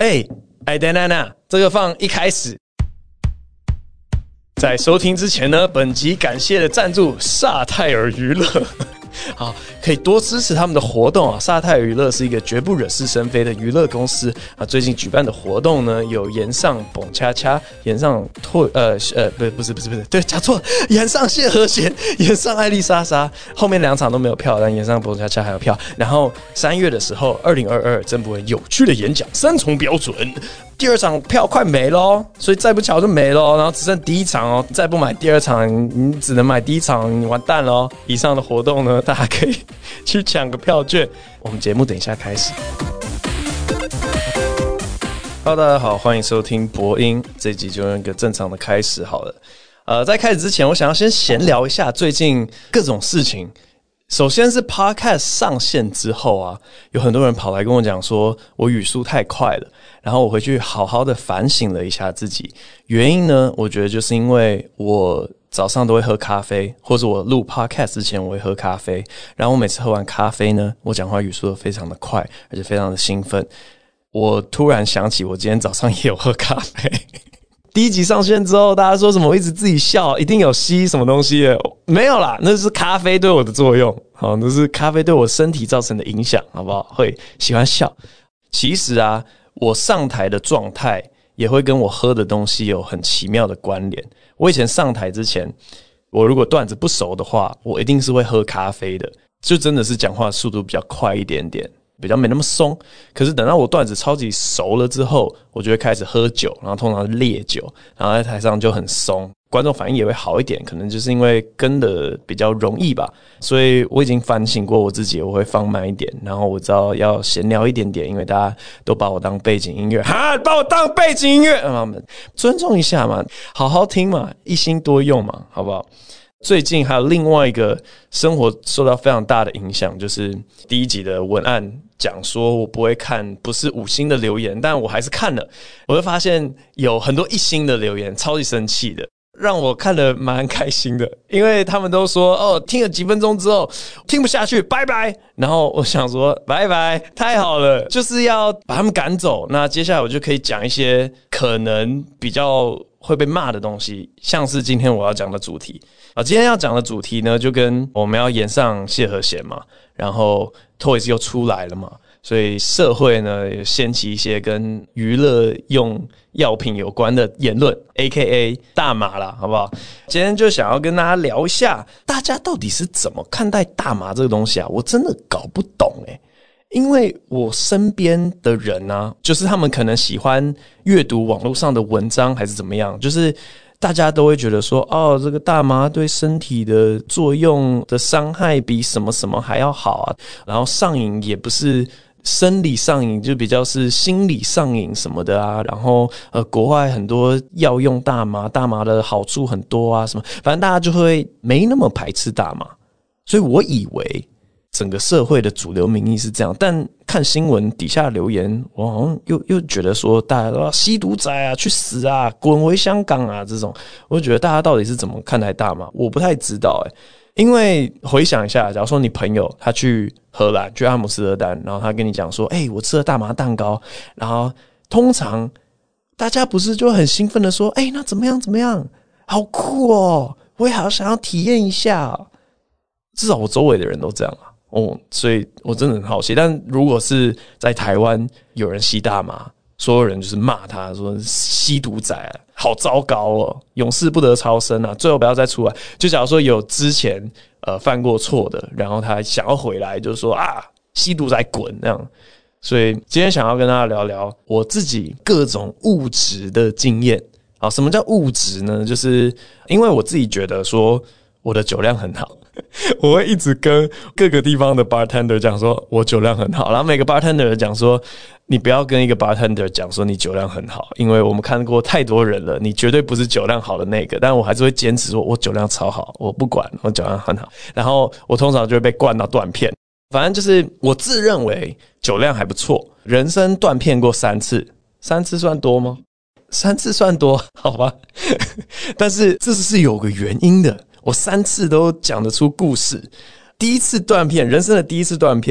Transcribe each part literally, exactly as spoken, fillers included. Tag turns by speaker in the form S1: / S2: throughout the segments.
S1: 哎，艾丹娜娜，这个放一开始。在收听之前呢，本集感谢的赞助萨泰尔娱乐。好，可以多支持他们的活动啊！萨泰尔娱乐是一个绝不惹是生非的娱乐公司啊。最近举办的活动呢，有岩上蹦恰恰、岩上拓呃呃不不是不是不是对，讲错了，岩上谢和弦、岩上艾丽莎莎。后面两场都没有票，但岩上蹦恰恰还有票。然后三月的时候，二零二二曾博文有趣的演讲三重标准。第二场票快没咯，所以再不巧就没咯，然后只剩第一场哦，再不买第二场，你只能买第一场，你完蛋咯。以上的活动呢，大家可以去抢个票券。我们节目等一下开始。Hello， 大家好，欢迎收听播音，这一集就用一个正常的开始好了。呃，在开始之前，我想要先闲聊一下最近各种事情。首先是 Podcast 上线之后啊，有很多人跑来跟我讲说我语速太快了，然后我回去好好的反省了一下自己。原因呢，我觉得就是因为我早上都会喝咖啡，或者我录 Podcast 之前我会喝咖啡，然后我每次喝完咖啡呢，我讲话语速都非常的快，而且非常的兴奋。我突然想起我今天早上也有喝咖啡。第一集上线之后，大家说什么我一直自己笑，一定有吸什么东西的，没有啦，那是咖啡对我的作用，好，那是咖啡对我身体造成的影响，好不好？会喜欢笑。其实啊，我上台的状态也会跟我喝的东西有很奇妙的关联。我以前上台之前，我如果段子不熟的话，我一定是会喝咖啡的，就真的是讲话速度比较快一点点，比较没那么松。可是等到我段子超级熟了之后，我就会开始喝酒，然后通常是烈酒，然后在台上就很松，观众反应也会好一点，可能就是因为跟的比较容易吧。所以我已经反省过我自己，我会放慢一点，然后我知道要闲聊一点点，因为大家都把我当背景音乐，哈，把我当背景音乐，嗯，尊重一下嘛，好好听嘛，一心多用嘛，好不好？最近还有另外一个生活受到非常大的影响，就是第一集的文案讲说我不会看不是五星的留言，但我还是看了，我就发现有很多一星的留言，超级生气的，让我看了蛮开心的，因为他们都说哦，听了几分钟之后听不下去，拜拜。然后我想说拜拜，太好了，就是要把他们赶走。那接下来我就可以讲一些可能比较会被骂的东西，像是今天我要讲的主题啊，今天要讲的主题呢，就跟我们要演上谢和弦嘛，然后 Toys 又出来了嘛，所以社会呢也掀起一些跟娱乐用药品有关的言论 ，A K A 大麻啦，好不好？今天就想要跟大家聊一下，大家到底是怎么看待大麻这个东西啊？我真的搞不懂欸。因为我身边的人啊，就是他们可能喜欢阅读网络上的文章还是怎么样，就是大家都会觉得说，哦，这个大麻对身体的作用的伤害比什么什么还要好啊，然后上瘾也不是生理上瘾，就比较是心理上瘾什么的啊，然后呃，国外很多药用大麻，大麻的好处很多啊，什么，反正大家就会没那么排斥大麻，所以我以为整个社会的主流民意是这样，但看新闻底下留言，我好像又又觉得说，大家都要吸毒仔啊，去死啊，滚回香港啊，这种，我就觉得大家到底是怎么看待大麻，我不太知道欸。因为回想一下，假如说你朋友他去荷兰，去阿姆斯特丹，然后他跟你讲说，哎、欸，我吃了大麻蛋糕，然后通常大家不是就很兴奋的说，哎、欸，那怎么样怎么样，好酷哦，我也好想要体验一下哦。至少我周围的人都这样啊。哦，所以我真的很好奇，但如果是在台湾有人吸大麻，所有人就是骂他说吸毒仔啊，好糟糕哦，永世不得超生啊，最后不要再出来。就假如说有之前呃犯过错的，然后他想要回来，就是说啊，吸毒仔滚那样。所以今天想要跟大家聊聊我自己各种物质的经验。好，什么叫物质呢？就是因为我自己觉得说我的酒量很好。我会一直跟各个地方的 bartender 讲说我酒量很好，然后每个 bartender 讲说你不要跟一个 bartender 讲说你酒量很好，因为我们看过太多人了，你绝对不是酒量好的那个，但我还是会坚持说我酒量超好，我不管，我酒量很好，然后我通常就会被灌到断片。反正就是我自认为酒量还不错，人生断片过三次，三次算多吗？三次算多，好吧。但是这是有个原因的，我三次都讲得出故事。第一次断片，人生的第一次断片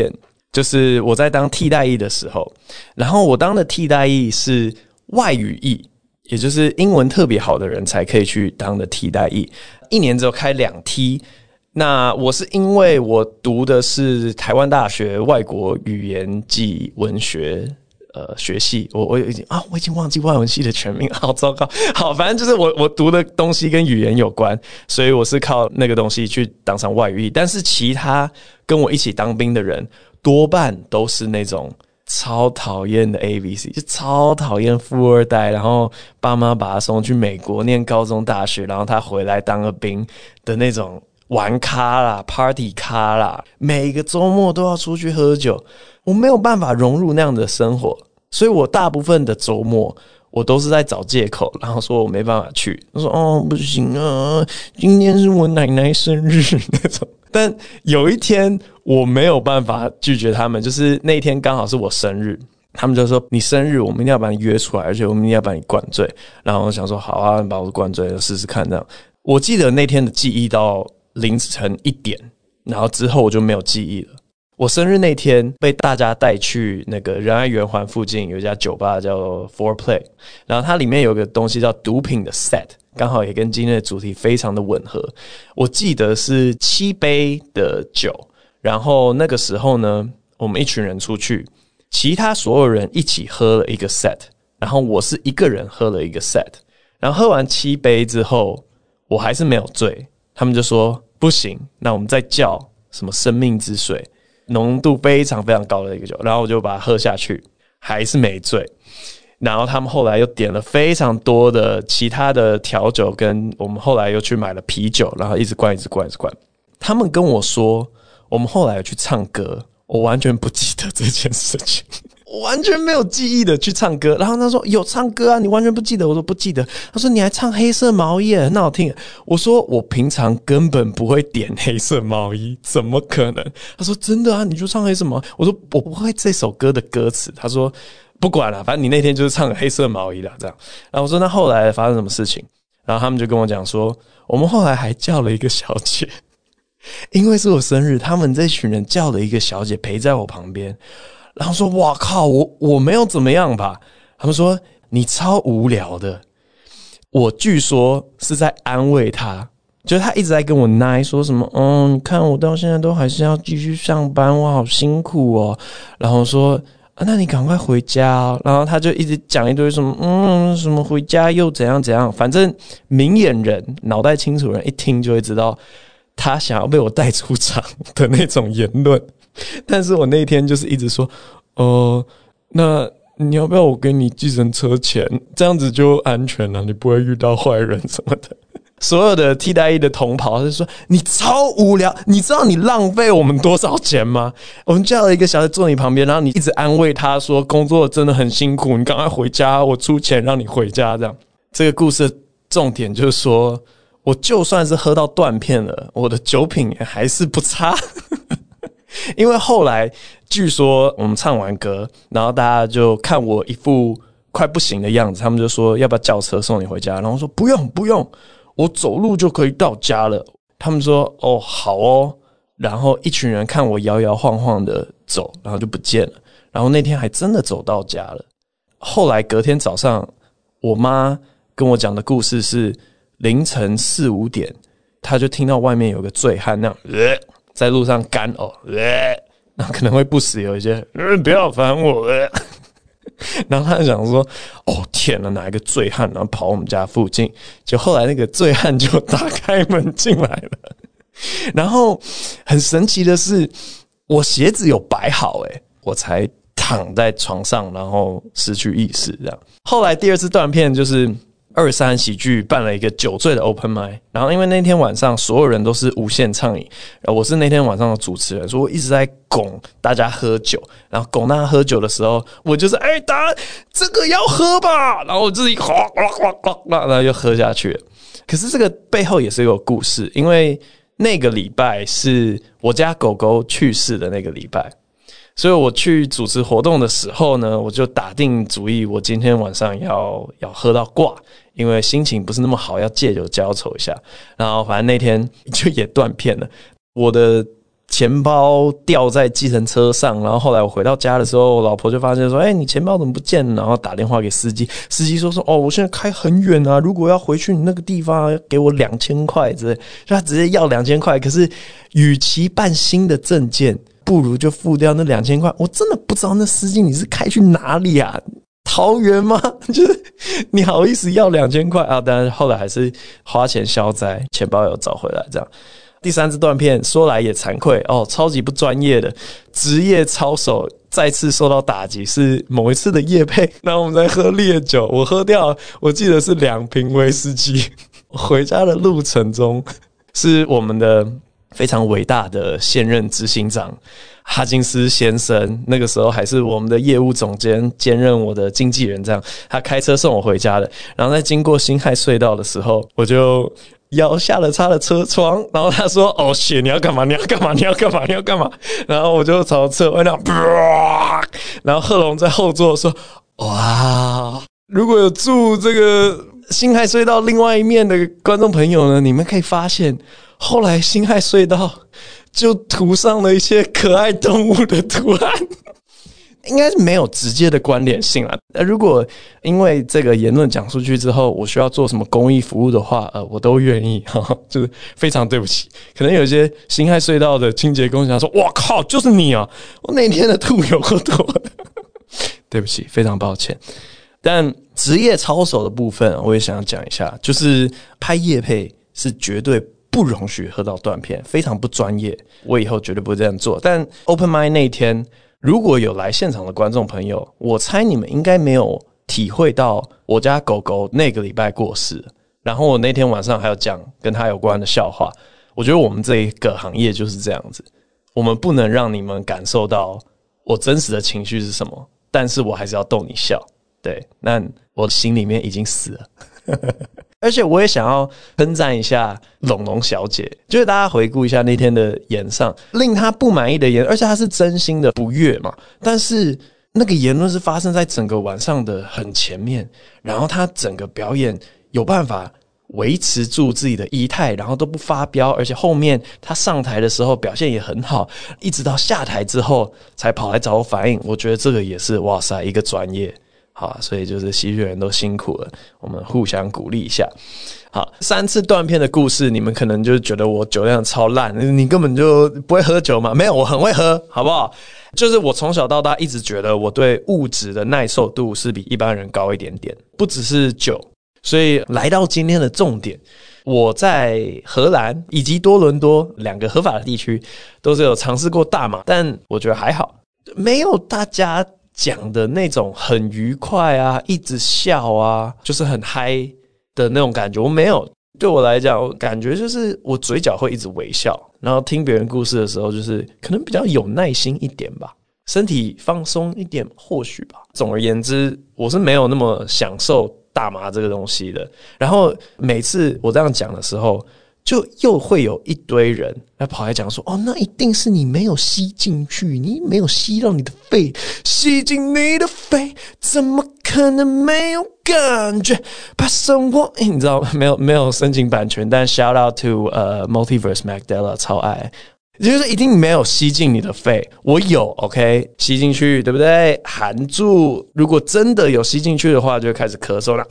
S1: 就是我在当替代役的时候，然后我当的替代役是外语役，也就是英文特别好的人才可以去当的替代役，一年只有开两梯。那我是因为我读的是台湾大学外国语言暨文学呃学系，我我已经啊我已经忘记外文系的全名，好糟糕。好，反正就是我我读的东西跟语言有关，所以我是靠那个东西去当上外语役。但是其他跟我一起当兵的人，多半都是那种超讨厌的 A B C， 就超讨厌富二代，然后爸妈把他送去美国念高中大学，然后他回来当个兵的那种玩咖啦 party 咖啦，每个周末都要出去喝酒，我没有办法融入那样的生活，所以我大部分的周末我都是在找借口，然后说我没办法去，我说哦不行啊，今天是我奶奶生日那种。但有一天我没有办法拒绝他们，就是那一天刚好是我生日，他们就说你生日我们一定要把你约出来，而且我们一定要把你灌醉。然后我想说好啊，把我灌醉试试看这样。我记得那天的记忆到凌晨一点，然后之后我就没有记忆了。我生日那天被大家带去那个仁爱圆环附近有一家酒吧叫 Four Play， 然后它里面有个东西叫毒品的 set， 刚好也跟今天的主题非常的吻合。我记得是七杯的酒，然后那个时候呢，我们一群人出去，其他所有人一起喝了一个 set， 然后我是一个人喝了一个 set， 然后喝完七杯之后，我还是没有醉，他们就说不行，那我们再叫什么生命之水，浓度非常非常高的一个酒，然后我就把它喝下去，还是没醉。然后他们后来又点了非常多的其他的调酒，跟我们后来又去买了啤酒，然后一直灌一直灌一直灌。他们跟我说我们后来有去唱歌，我完全不记得这件事情，我完全没有记忆的去唱歌。然后他说有唱歌啊，你完全不记得？我说不记得。他说你还唱黑色毛衣，很好听。我说我平常根本不会点黑色毛衣，怎么可能？他说真的啊，你就唱黑色毛衣。我说我不会这首歌的歌词。他说不管了，反正你那天就是唱黑色毛衣啦，这样。然后我说那后来发生什么事情？然后他们就跟我讲说，我们后来还叫了一个小姐，因为是我生日，他们这群人叫了一个小姐陪在我旁边。然后说哇靠，我我没有怎么样吧？他们说你超无聊的。我据说是在安慰他，就是他一直在跟我奶说什么，嗯，你看我到现在都还是要继续上班，我好辛苦哦。然后说啊，那你赶快回家哦。然后他就一直讲一堆什么，嗯，什么回家又怎样怎样。反正明眼人、脑袋清楚人一听就会知道，他想要被我带出场的那种言论。但是我那天就是一直说，呃，那你要不要我给你计程车钱？这样子就安全了，你不会遇到坏人什么的。所有的替代役的同袍就说你超无聊，你知道你浪费我们多少钱吗？我们叫了一个小姐坐你旁边，然后你一直安慰她说工作真的很辛苦，你赶快回家，我出钱让你回家。这样，这个故事的重点就是说，我就算是喝到断片了，我的酒品也还是不差。因为后来据说我们唱完歌，然后大家就看我一副快不行的样子，他们就说要不要叫车送你回家？然后我说不用不用，我走路就可以到家了。他们说哦好哦，然后一群人看我摇摇晃晃的走，然后就不见了。然后那天还真的走到家了。后来隔天早上，我妈跟我讲的故事是凌晨四五点，她就听到外面有个醉汉那样。呃在路上干呕，然后可能会不时有一些、嗯、不要烦我，然后他就想说哦天哪，哪一个醉汉然后跑我们家附近，就后来那个醉汉就打开门进来了。然后很神奇的是，我鞋子有摆好诶，我才躺在床上然后失去意识这样。后来第二次断片就是二三喜剧办了一个酒醉的 open mic， 然后因为那天晚上所有人都是无限畅饮，然后我是那天晚上的主持人，所以我一直在拱大家喝酒，然后拱大家喝酒的时候，我就是哎、欸，大家这个要喝吧，然后我自己哗哗哗哗哗，然后就喝下去了。可是这个背后也是有故事，因为那个礼拜是我家狗狗去世的那个礼拜。所以我去主持活动的时候呢，我就打定主意，我今天晚上要要喝到挂，因为心情不是那么好，要借酒浇愁一下。然后反正那天就也断片了。我的钱包掉在计程车上，然后后来我回到家的时候，我老婆就发现说：“哎、欸，你钱包怎么不见了？”然后打电话给司机，司机说说：“哦，我现在开很远啊，如果要回去你那个地方，给我两千块之类。”就他直接要两千块，可是与其办新的证件，不如就付掉那两千块。我真的不知道那司机你是开去哪里啊？桃园吗？就是你好意思要两千块啊？但是后来还是花钱消灾，钱包有找回来这样。第三支断片说来也惭愧哦，超级不专业的职业操守再次受到打击，是某一次的业配，然后我们在喝烈酒，我喝掉我记得是两瓶威士忌，回家的路程中是我们的非常伟大的现任执行长哈金斯先生，那个时候还是我们的业务总监兼任我的经纪人，这样他开车送我回家的。然后在经过辛亥隧道的时候，我就摇下了他的车窗，然后他说：“哦，shit，你要干嘛？你要干嘛？你要干嘛？你要干嘛？”然后我就朝车外那样，然后贺龙在后座说：“哇，如果有住这个辛亥隧道另外一面的观众朋友呢，你们可以发现，后来辛亥隧道就涂上了一些可爱动物的图案。”应该是没有直接的关联性啦。如果因为这个言论讲出去之后，我需要做什么公益服务的话，呃，我都愿意，呵呵，就是非常对不起。可能有些辛亥隧道的清洁工想说：“哇靠，就是你啊！我那天的吐有够多的。”对不起，非常抱歉。但职业操守的部分，我也想要讲一下，就是拍业配是绝对不容许喝到断片，非常不专业。我以后绝对不会这样做。但 Open Mic 那天，如果有来现场的观众朋友，我猜你们应该没有体会到我家狗狗那个礼拜过世，然后我那天晚上还有讲跟他有关的笑话。我觉得我们这一个行业就是这样子，我们不能让你们感受到我真实的情绪是什么，但是我还是要逗你笑。对，那我心里面已经死了。而且我也想要称赞一下龙龙小姐，就是大家回顾一下那天的言上，令她不满意的言，而且她是真心的不悦嘛，但是那个言论是发生在整个晚上的很前面，然后她整个表演有办法维持住自己的仪态，然后都不发飙，而且后面她上台的时候表现也很好，一直到下台之后才跑来找我反映，我觉得这个也是哇塞一个专业。好啊，所以就是喜剧人都辛苦了，我们互相鼓励一下。好，三次断片的故事，你们可能就觉得我酒量超烂，你根本就不会喝酒嘛？没有，我很会喝，好不好？就是我从小到大一直觉得我对物质的耐受度是比一般人高一点点，不只是酒。所以来到今天的重点，我在荷兰以及多伦多两个合法的地区都是有尝试过大麻，但我觉得还好，没有大家讲的那种很愉快啊，一直笑啊，就是很嗨的那种感觉，我没有。对我来讲，感觉就是我嘴角会一直微笑，然后听别人故事的时候，就是可能比较有耐心一点吧，身体放松一点，或许吧。总而言之，我是没有那么享受大麻这个东西的。然后每次我这样讲的时候，就又会有一堆人来跑来讲说：“哦，那一定是你没有吸进去，你没有吸到你的肺，吸进你的肺，怎么可能没有感觉？把生活……你知道没有没有申请版权，但 shout out to 呃、uh, Multiverse Magdala 超爱，就是一定没有吸进你的肺，我有 OK 吸进去，对不对？含住，如果真的有吸进去的话，就会开始咳嗽了。”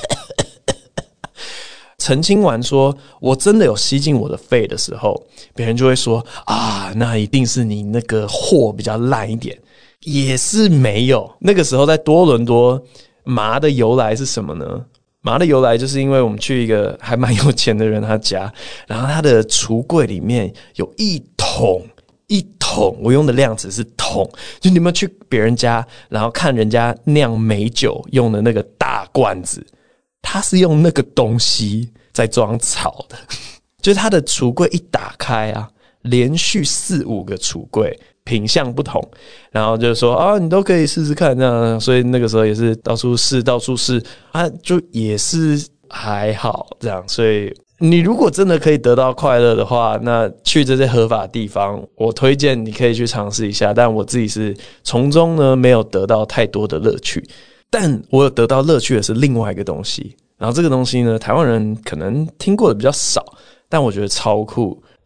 S1: 澄清完说我真的有吸进我的肺的时候，别人就会说啊，那一定是你那个货比较烂一点，也是没有。那个时候在多伦多，麻的由来是什么呢？麻的由来就是因为我们去一个还蛮有钱的人他家，然后他的橱柜里面有一桶一桶，我用的量词是桶，就你们去别人家，然后看人家酿美酒用的那个大罐子，他是用那个东西在装草的，就是他的橱柜一打开啊，连续四五个橱柜，品相不同，然后就说啊，你都可以试试看这样，所以那个时候也是到处试，到处试啊，就也是还好这样。所以你如果真的可以得到快乐的话，那去这些合法的地方，我推荐你可以去尝试一下。但我自己是从中呢没有得到太多的乐趣。但我有得到乐趣的是另外一个东西，然后这个东西呢，台湾人可能听过的比较少，但我觉得超酷。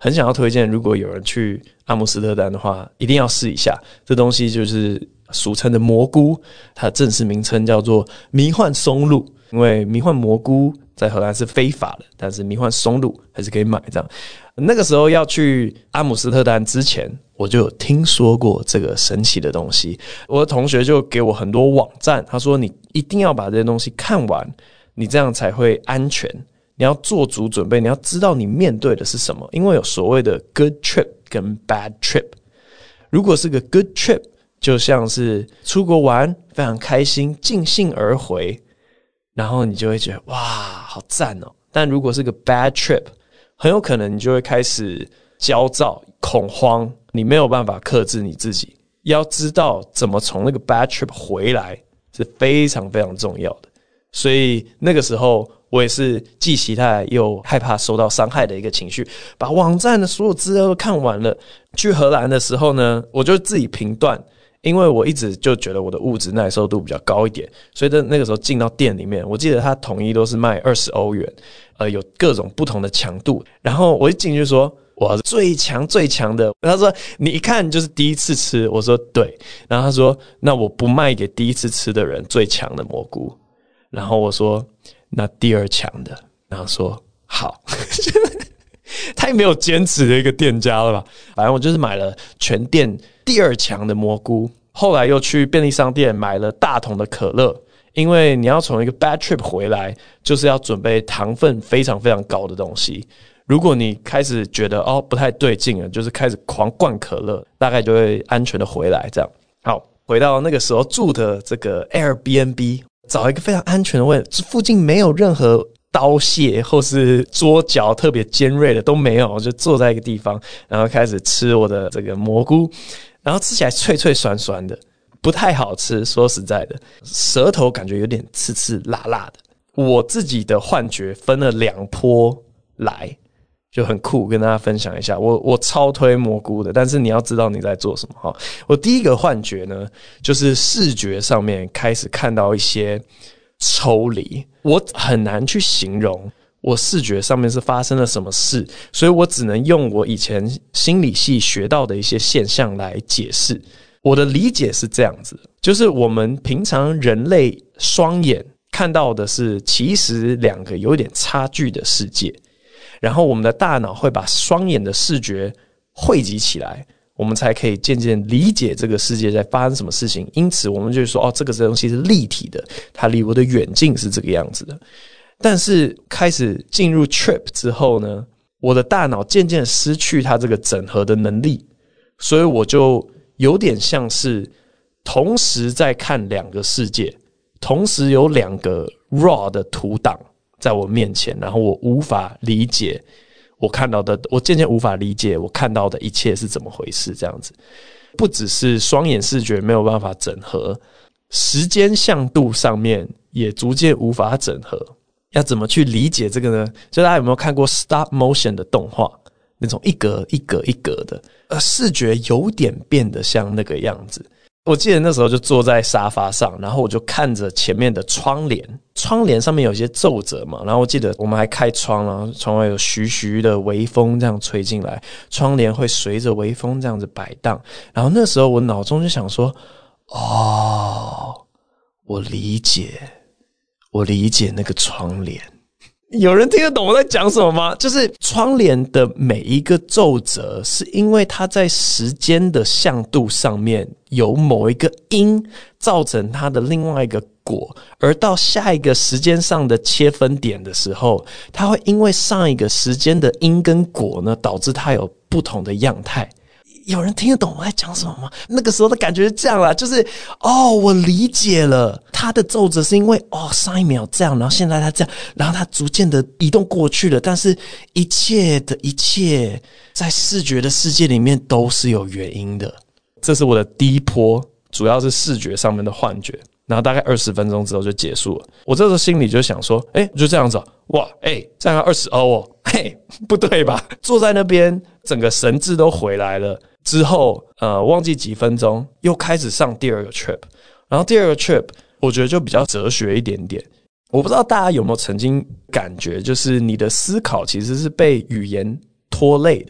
S1: 很想要推荐，如果有人去阿姆斯特丹的话，一定要试一下。这东西就是俗称的蘑菇，它的正式名称叫做迷幻松露。因为迷幻蘑菇在荷兰是非法的，但是迷幻松露还是可以买这样。那个时候要去阿姆斯特丹之前，我就有听说过这个神奇的东西。我的同学就给我很多网站，他说你一定要把这些东西看完，你这样才会安全。你要做足准备，你要知道你面对的是什么，因为有所谓的 good trip 跟 bad trip。如果是个 good trip， 就像是出国玩非常开心，尽兴而回，然后你就会觉得哇好赞哦。但如果是个 bad trip， 很有可能你就会开始焦躁恐慌，你没有办法克制你自己。要知道怎么从那个 bad trip 回来是非常非常重要的。所以那个时候我也是既期待又害怕受到伤害的一个情绪，把网站的所有资料都看完了。去荷兰的时候呢，我就自己评断，因为我一直就觉得我的物质耐受度比较高一点，所以在那个时候进到店里面，我记得它统一都是卖二十欧元，呃，有各种不同的强度。然后我一进去就说我是最强最强的，他说你一看就是第一次吃，我说对，然后他说那我不卖给第一次吃的人最强的蘑菇，然后我说那第二强的，然后说好。太没有坚持的一个店家了吧。反正我就是买了全店第二强的蘑菇，后来又去便利商店买了大桶的可乐，因为你要从一个 bad trip 回来，就是要准备糖分非常非常高的东西。如果你开始觉得哦不太对劲了，就是开始狂灌可乐，大概就会安全的回来这样。好，回到那个时候住的这个 Airbnb， 找一个非常安全的位置，附近没有任何刀械或是桌角特别尖锐的都没有，我就坐在一个地方，然后开始吃我的这个蘑菇，然后吃起来脆脆酸酸的，不太好吃，说实在的，舌头感觉有点刺刺辣辣的。我自己的幻觉分了两波来，就很酷，跟大家分享一下。我我超推蘑菇的，但是你要知道你在做什么哈。我第一个幻觉呢，就是视觉上面开始看到一些抽离，我很难去形容我视觉上面是发生了什么事，所以我只能用我以前心理系学到的一些现象来解释。我的理解是这样子，就是我们平常人类双眼看到的是其实两个有点差距的世界，然后我们的大脑会把双眼的视觉汇集起来，我们才可以渐渐理解这个世界在发生什么事情。因此我们就说哦，这个东西是立体的，它离我的远近是这个样子的。但是开始进入 trip 之后呢，我的大脑渐渐失去它这个整合的能力，所以我就有点像是同时在看两个世界，同时有两个 raw 的图档在我面前，然后我无法理解我看到的，我渐渐无法理解我看到的一切是怎么回事。这样子不只是双眼视觉没有办法整合，时间向度上面也逐渐无法整合。要怎么去理解这个呢？就大家有没有看过 stop motion 的动画，那种一格一格一格的，呃，视觉有点变得像那个样子。我记得那时候就坐在沙发上，然后我就看着前面的窗帘，窗帘上面有一些皱褶嘛，然后我记得我们还开窗，然后窗外有徐徐的微风这样吹进来，窗帘会随着微风这样子摆荡。然后那时候我脑中就想说，哦，我理解，我理解那个窗帘。有人听得懂我在讲什么吗？就是窗帘的每一个皱褶是因为它在时间的向度上面有某一个因造成它的另外一个果，而到下一个时间上的切分点的时候，它会因为上一个时间的因跟果呢，导致它有不同的样态。有人听得懂我在讲什么吗？那个时候的感觉是这样啦，就是哦，我理解了，他的皱褶是因为哦上一秒这样，然后现在他这样，然后他逐渐的移动过去了，但是一切的一切在视觉的世界里面都是有原因的。这是我的第一波，主要是视觉上面的幻觉，然后大概二十分钟之后就结束了。我这时候心里就想说，哎，就这样子、哦、哇，哎，这样要二十欧哦，嘿，不对吧？坐在那边，整个神智都回来了。之后呃，忘记几分钟又开始上第二个 trip， 然后第二个 trip 我觉得就比较哲学一点点。我不知道大家有没有曾经感觉，就是你的思考其实是被语言拖累的，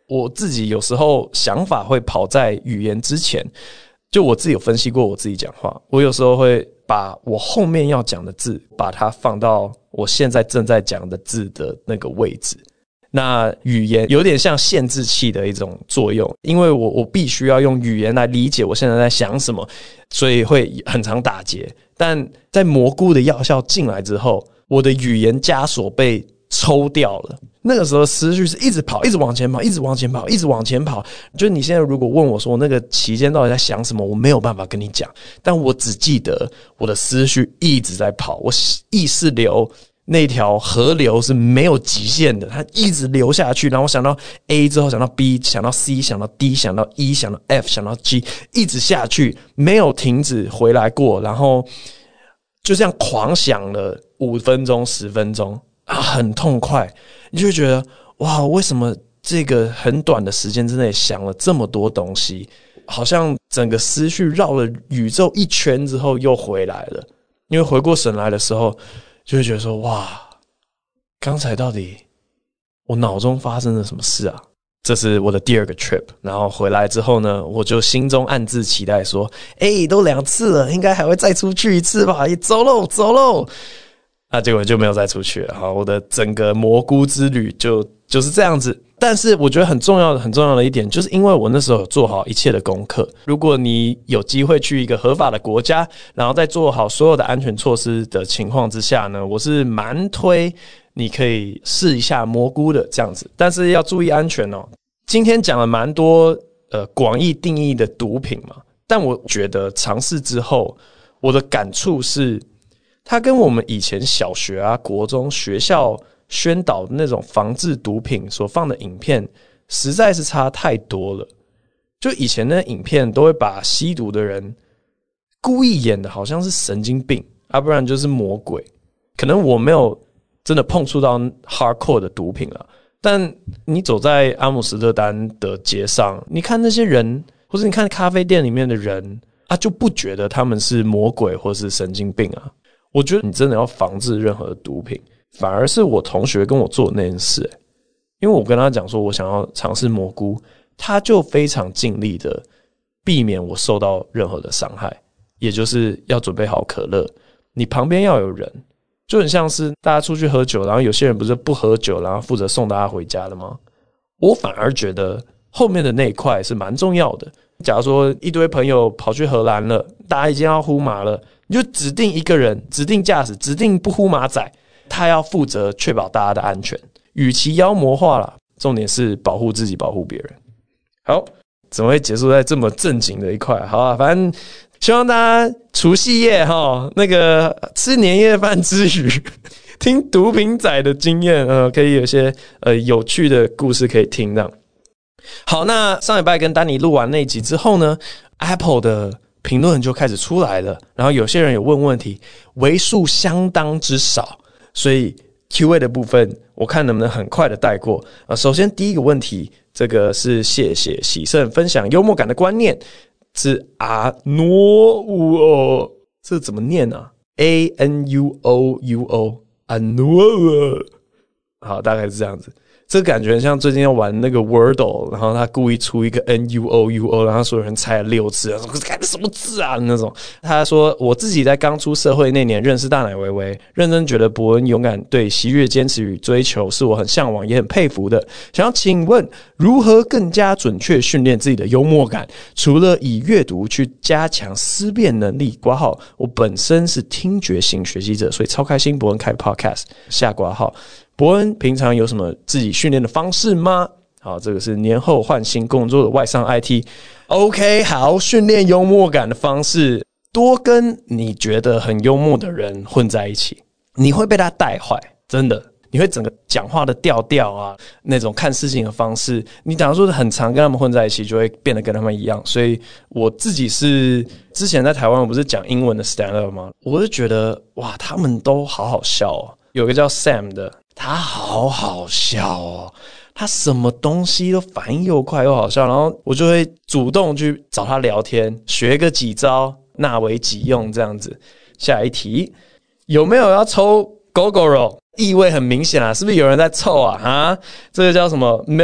S1: 我自己有时候想法会跑在语言之前，就我自己有分析过我自己讲话，我有时候会把我后面要讲的字把它放到我现在正在讲的字的那个位置。那语言有点像限制器的一种作用，因为我我必须要用语言来理解我现在在想什么，所以会很常打结。但在蘑菇的药效进来之后，我的语言枷锁被抽掉了，那个时候思绪是一直跑，一直往前跑，一直往前跑，一直往前跑。就你现在如果问我说那个期间到底在想什么，我没有办法跟你讲，但我只记得我的思绪一直在跑，我意识流那条河流是没有极限的，它一直流下去，然后我想到 A 之后想到 B， 想到 C， 想到 D， 想到 E， 想到 F， 想到 G， 一直下去，没有停止回来过，然后就这样狂想了五分钟十分钟啊，很痛快。你就会觉得哇，为什么这个很短的时间之内想了这么多东西，好像整个思绪绕了宇宙一圈之后又回来了。因为回过神来的时候就会觉得说，哇，刚才到底我脑中发生了什么事啊？这是我的第二个 trip， 然后回来之后呢，我就心中暗自期待说，诶，都两次了，应该还会再出去一次吧？也走喽，走喽。啊，结果就没有再出去了。好，我的整个蘑菇之旅就就是这样子。但是我觉得很重要的、很重要的一点，就是因为我那时候有做好一切的功课。如果你有机会去一个合法的国家，然后在做好所有的安全措施的情况之下呢，我是蛮推你可以试一下蘑菇的这样子。但是要注意安全哦。今天讲了蛮多呃广义定义的毒品嘛，但我觉得尝试之后，我的感触是，它跟我们以前小学啊、国中学校宣导的那种防治毒品所放的影片实在是差太多了。就以前的影片都会把吸毒的人故意演的好像是神经病啊，不然就是魔鬼。可能我没有真的碰触到 hardcore 的毒品了，但你走在阿姆斯特丹的街上，你看那些人，或者你看咖啡店里面的人啊，就不觉得他们是魔鬼或是神经病啊。我觉得你真的要防治任何的毒品，反而是我同学跟我做的那件事、欸、因为我跟他讲说我想要尝试蘑菇，他就非常尽力的避免我受到任何的伤害，也就是要准备好可乐，你旁边要有人，就很像是大家出去喝酒，然后有些人不是不喝酒然后负责送大家回家的吗？我反而觉得后面的那一块是蛮重要的。假如说一堆朋友跑去荷兰了，大家已经要呼麻了，你就指定一个人，指定驾驶，指定不呼麻仔，他要负责确保大家的安全。与其妖魔化啦，重点是保护自己，保护别人。好，怎么会结束在这么正经的一块？好啊，反正希望大家除夕夜齁，那个吃年夜饭之余，听毒品仔的经验，呃，可以有些呃有趣的故事可以听这样。好，那上礼拜跟丹尼录完那一集之后呢 ，Apple 的评论就开始出来了，然后有些人有问问题，为数相当之少，所以 Q A 的部分我看能不能很快的带过。呃，首先第一个问题，这个是谢谢喜胜分享幽默感的观念，是阿诺乌哦，这怎么念啊 ？A N U O U O 阿诺乌，好，大概是这样子。这感觉像最近要玩那个 Wordle， 然后他故意出一个 N U O U O， 然后所有人猜了六次，说这什么字啊那种。他说我自己在刚出社会那年认识大奶微微，认真觉得伯恩勇敢对喜悦坚持与追求是我很向往也很佩服的。想要请问如何更加准确训练自己的幽默感？除了以阅读去加强思辨能力，括号我本身是听觉型学习者，所以超开心伯恩开 podcast 下括号。伯恩平常有什么自己训练的方式吗？好，这个是年后换新工作的外商 I T。OK， 好，训练幽默感的方式，多跟你觉得很幽默的人混在一起，你会被他带坏，真的。你会整个讲话的调调啊，那种看事情的方式，你假如说很常跟他们混在一起，就会变得跟他们一样。所以我自己是之前在台湾，我不是讲英文的 stand up 吗？我就觉得哇，他们都好好笑哦。有个叫 Sam 的，他好好笑哦，他什么东西都反应又快又好笑，然后我就会主动去找他聊天，学个几招，纳为己用这样子。下一题，有没有要抽 Gogoro？意味很明显啊，是不是有人在凑啊？哈，这个叫什么 Milk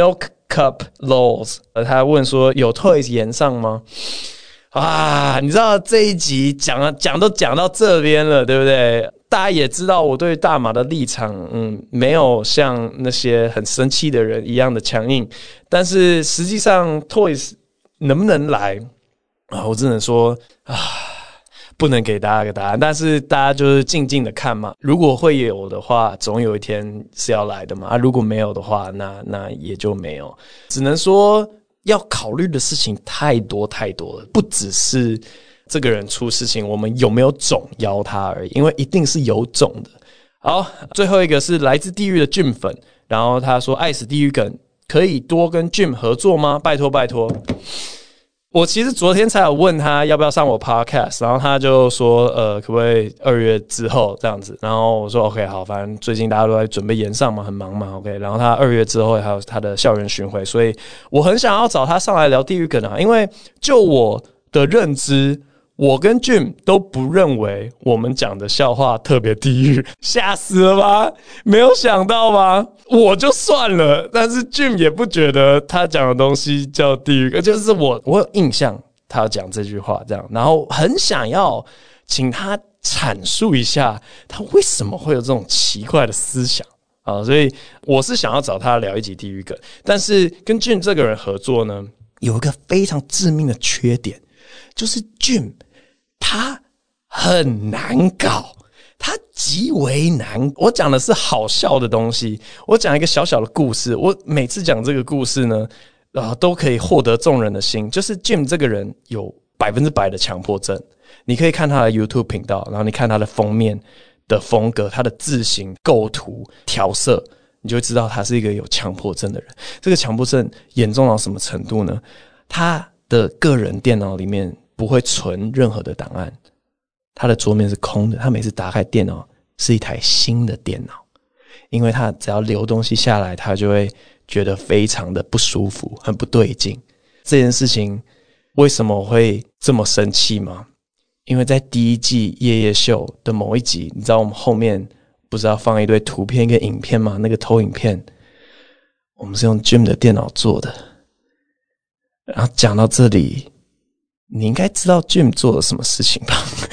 S1: Cup Laws， 他问说有 Toys 延上吗？啊，你知道这一集讲了讲都讲到这边了，对不对？大家也知道我对大麻的立场，嗯，没有像那些很生气的人一样的强硬，但是实际上 Toys 能不能来啊？我只能说啊，不能给大家个答案，但是大家就是静静的看嘛。如果会有的话，总有一天是要来的嘛。啊，如果没有的话，那那也就没有。只能说要考虑的事情太多太多了，不只是这个人出事情，我们有没有种邀他而已，因为一定是有种的。好，最后一个是来自地狱的俊粉，然后他说爱死地狱梗，可以多跟 Jim 合作吗？拜托拜托。我其实昨天才有问他要不要上我 podcast， 然后他就说呃可不可以二月之后这样子，然后我说 OK 好，反正最近大家都在准备延上嘛，很忙嘛 OK， 然后他二月之后还有他的校园巡回，所以我很想要找他上来聊地狱梗啊，因为就我的认知，我跟 Jim 都不认为我们讲的笑话特别地狱，吓死了吧？没有想到吧？我就算了，但是 Jim 也不觉得他讲的东西叫地狱，就是我我有印象他讲这句话这样，然后很想要请他阐述一下他为什么会有这种奇怪的思想啊，所以我是想要找他聊一集地狱梗，但是跟 Jim 这个人合作呢，有一个非常致命的缺点，就是 Jim 他很难搞，他极为难。我讲的是好笑的东西，我讲一个小小的故事。我每次讲这个故事呢，呃，都可以获得众人的心。就是 Jim 这个人有百分之百的强迫症，你可以看他的 YouTube 频道，然后你看他的封面的风格、他的字型、构图、调色，你就会知道他是一个有强迫症的人。这个强迫症严重到什么程度呢？他的个人电脑里面不会存任何的档案，他的桌面是空的，他每次打开电脑是一台新的电脑，因为他只要留东西下来，他就会觉得非常的不舒服，很不对劲。这件事情为什么会这么生气吗？因为在第一季夜夜秀的某一集，你知道我们后面不是要放一堆图片跟影片吗？那个投影片我们是用 Jim 的电脑做的。然后讲到这里，你应该知道 Jim 做了什么事情吧？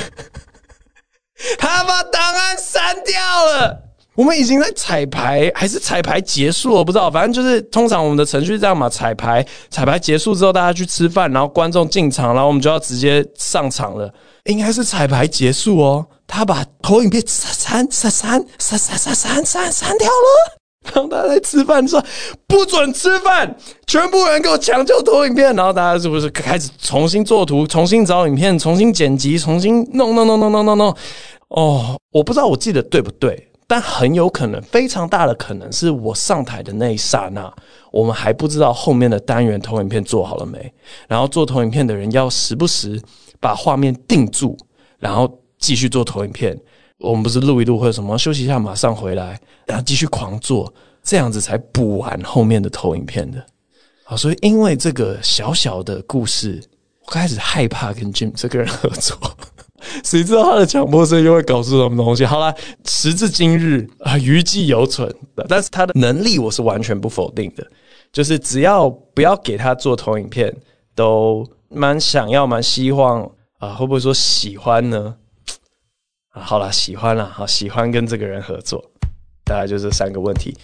S1: 他把档案删掉了。我们已经在彩排，还是彩排结束了，我不知道。反正就是通常我们的程序这样嘛，彩排彩排结束之后，大家去吃饭，然后观众进场，然后我们就要直接上场了。应该是彩排结束哦，他把投影片删删删删删删删删删掉了。然后大家在吃饭说不准吃饭，全部人给我抢救投影片，然后大家是不是开始重新做图，重新找影片，重新剪辑，重新弄弄弄弄弄弄弄。哦，我不知道我记得对不对，但很有可能，非常大的可能是我上台的那一刹那，我们还不知道后面的单元投影片做好了没，然后做投影片的人要时不时把画面定住，然后继续做投影片。我们不是录一录或者什么休息一下马上回来，然后继续狂做，这样子才补完后面的投影片的。好，所以因为这个小小的故事，我开始害怕跟 Jim 这个人合作。谁知道他的强迫症又会搞出什么东西？好啦，时至今日啊，余悸犹存。但是他的能力我是完全不否定的，就是只要不要给他做投影片，都蛮想要、蛮希望啊，会不会说喜欢呢？啊，好啦，喜欢啦，好，喜欢跟这个人合作，大概就这三个问题。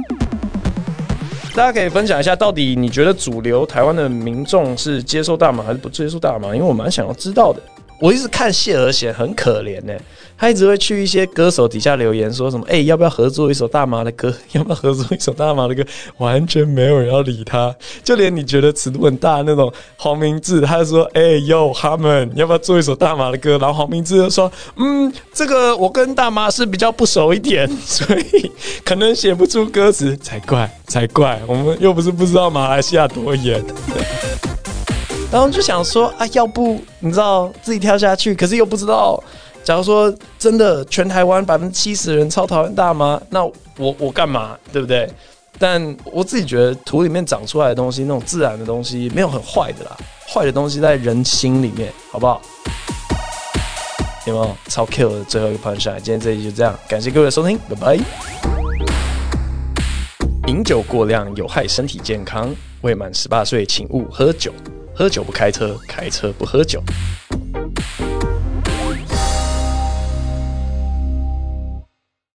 S1: 大家可以分享一下，到底你觉得主流台湾的民众是接受大麻还是不接受大麻？因为我蛮想要知道的。我一直看谢和弦很可怜欸，他一直会去一些歌手底下留言说什么，哎、欸，要不要合作一首大麻的歌？要不要合作一首大麻的歌？完全没有人要理他，就连你觉得尺度很大的那种黄明志，他就说，哎、欸、哟，他们要不要做一首大麻的歌？然后黄明志就说，嗯，这个我跟大麻是比较不熟一点，所以可能写不出歌词，才怪才怪，我们又不是不知道马来西亚多严。然后就想说啊，要不你知道自己跳下去，可是又不知道，假如说真的全台湾百分之七十人超讨厌大麻，那我我干嘛，对不对？但我自己觉得土里面长出来的东西，那种自然的东西，没有很坏的啦，坏的东西在人心里面，好不好？有没有超 Q 的最后一个 punchline？今天这一集就这样，感谢各位的收听，拜拜。 饮酒过量有害身体健康，未满十八岁请勿喝酒，喝酒不开车，开车不喝酒。